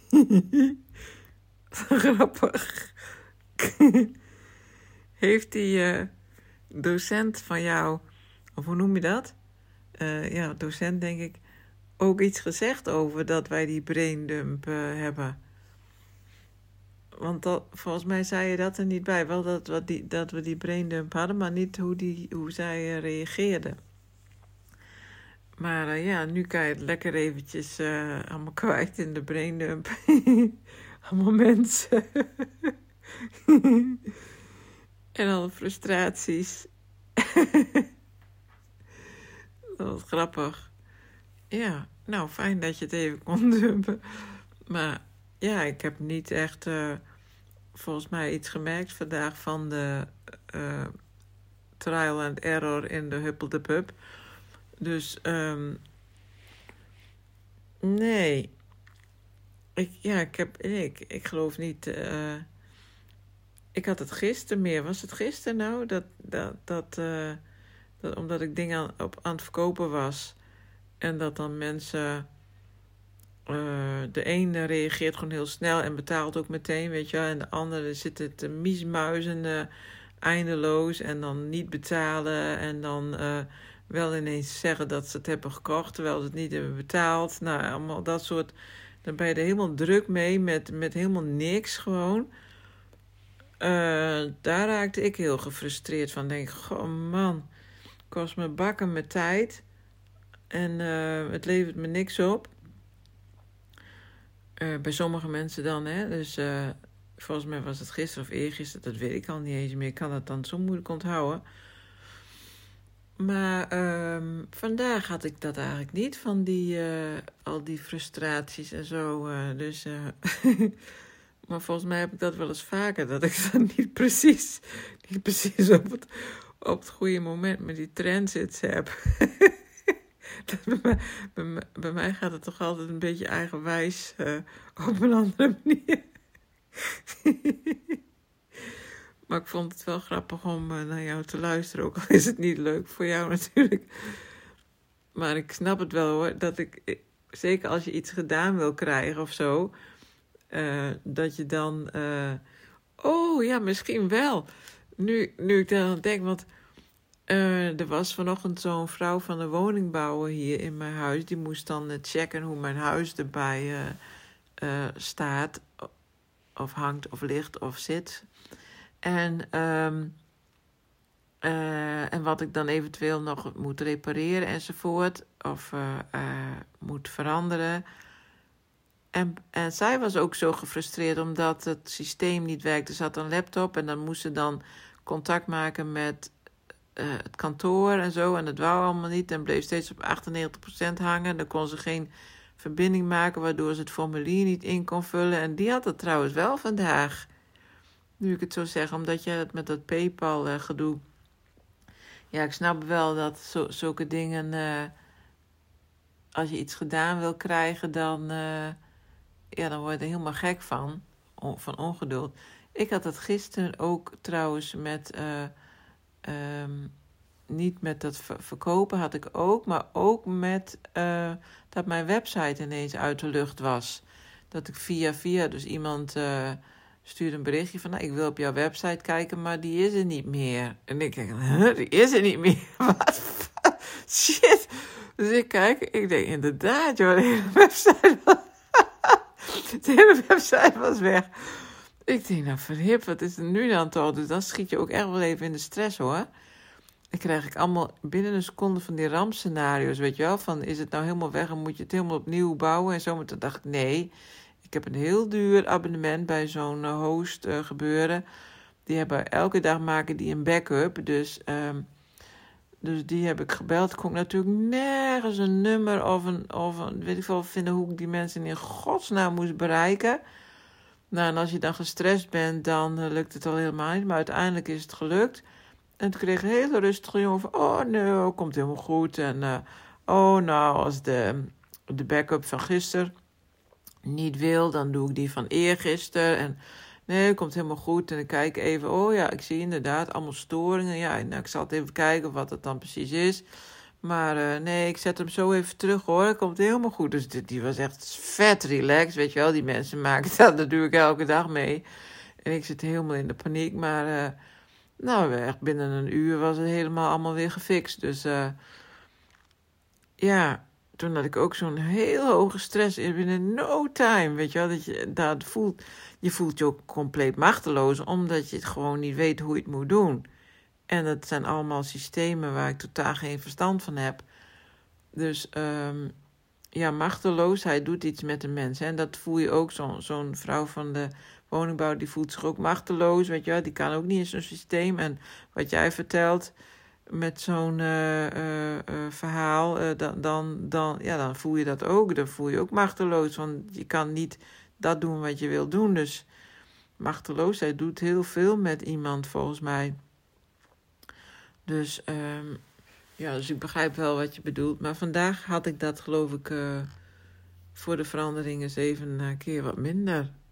Grappig. Heeft die docent van jou, of hoe noem je dat? Ja, docent denk ik, ook iets gezegd over dat wij die braindump hebben? Want volgens mij zei je dat er niet bij. Wel dat we die braindump hadden, maar niet hoe zij reageerde. Maar ja, nu kan je het lekker eventjes allemaal kwijt in de braindump. Allemaal mensen. En alle frustraties. Dat was grappig. Ja, nou fijn dat je het even kon dumpen. Maar ja, ik heb niet echt volgens mij iets gemerkt vandaag van de trial and error in de Huppel de Pup. Dus nee. Ik geloof niet. Ik had het gisteren meer. Was het gisteren nou? Dat omdat ik dingen aan het verkopen was. En dat dan mensen. De ene reageert gewoon heel snel en betaalt ook meteen, weet je wel. En de andere zitten te miesmuizen eindeloos en dan niet betalen. En dan wel ineens zeggen dat ze het hebben gekocht, terwijl ze het niet hebben betaald. Nou, allemaal dat soort. Dan ben je er helemaal druk mee met helemaal niks gewoon. Daar raakte ik heel gefrustreerd van. Denk ik, goh man, kost me bakken met tijd. En het levert me niks op. Bij sommige mensen dan, hè. Dus volgens mij was het gisteren of eergisteren. Dat weet ik al niet eens meer. Ik kan dat dan zo moeilijk onthouden. Maar vandaag had ik dat eigenlijk niet. Van al die frustraties en zo. Dus... Maar volgens mij heb ik dat wel eens vaker. Dat ik dan niet precies op het goede moment met die transits heb. Bij mij gaat het toch altijd een beetje eigenwijs op een andere manier. Maar ik vond het wel grappig om naar jou te luisteren. Ook al is het niet leuk voor jou natuurlijk. Maar ik snap het wel hoor. Dat zeker als je iets gedaan wil krijgen of zo. Dat je dan... oh ja, misschien wel. Nu ik dan denk, want... er was vanochtend zo'n vrouw van de woningbouwer hier in mijn huis. Die moest dan checken hoe mijn huis erbij staat. Of hangt, of ligt, of zit. En wat ik dan eventueel nog moet repareren enzovoort. Of moet veranderen. En zij was ook zo gefrustreerd omdat het systeem niet werkte. Ze had een laptop en dan moest ze dan contact maken met het kantoor en zo. En dat wou allemaal niet en bleef steeds op 98% hangen. Dan kon ze geen verbinding maken, waardoor ze het formulier niet in kon vullen. En die had het trouwens wel vandaag. Nu ik het zo zeg, omdat jij het met dat PayPal gedoe. Ja, ik snap wel dat zulke dingen... als je iets gedaan wil krijgen, dan word je er helemaal gek van ongeduld. Ik had het gisteren ook trouwens met... niet met dat verkopen had ik ook, maar ook met dat mijn website ineens uit de lucht was. Dat ik via dus iemand stuurde een berichtje van... ik wil op jouw website kijken, maar die is er niet meer. En ik denk, die is er niet meer? Wat? Shit! Dus ik kijk, ik denk inderdaad, joh, de hele website was weg. Ik denk, nou verhip, wat is er nu dan toch? Dus dan schiet je ook echt wel even in de stress, hoor. Dan krijg ik allemaal binnen een seconde van die rampscenario's, weet je wel. Van, is het nou helemaal weg en moet je het helemaal opnieuw bouwen en zo. Maar toen dacht ik, nee, ik heb een heel duur abonnement bij zo'n host gebeuren. Die hebben elke dag maken die een backup. Dus die heb ik gebeld. Ik kon natuurlijk nergens een nummer of een weet ik veel, vinden hoe ik die mensen in godsnaam moest bereiken. Nou, en als je dan gestrest bent, dan lukt het al helemaal niet. Maar uiteindelijk is het gelukt. En toen kreeg ik een hele rustige jongen van... oh nee, komt helemaal goed. En als de backup van gisteren niet wil... dan doe ik die van eergisteren. En nee, komt helemaal goed. En ik kijk even, ik zie inderdaad allemaal storingen. Ja, nou, ik zal het even kijken wat het dan precies is. Maar nee, ik zet hem zo even terug hoor. Het komt helemaal goed. Dus die was echt vet relaxed, weet je wel. Die mensen maken dat natuurlijk elke dag mee. En ik zit helemaal in de paniek. Maar nou, echt binnen een uur was het helemaal allemaal weer gefixt. Dus ja, toen had ik ook zo'n heel hoge stress in binnen no time. Weet je wel, dat je dat voelt. Je voelt je ook compleet machteloos, omdat je het gewoon niet weet hoe je het moet doen. En dat zijn allemaal systemen waar ik totaal geen verstand van heb. Dus ja, machteloosheid doet iets met de mens. Hè? En dat voel je ook. Zo'n vrouw van de woningbouw, die voelt zich ook machteloos. Weet je wel? Die kan ook niet in zo'n systeem. En wat jij vertelt met zo'n verhaal, dan voel je dat ook. Dan voel je ook machteloos. Want je kan niet dat doen wat je wil doen. Dus machteloosheid doet heel veel met iemand, volgens mij. Dus ja, dus ik begrijp wel wat je bedoelt. Maar vandaag had ik dat, geloof ik, voor de verandering eens even een keer wat minder.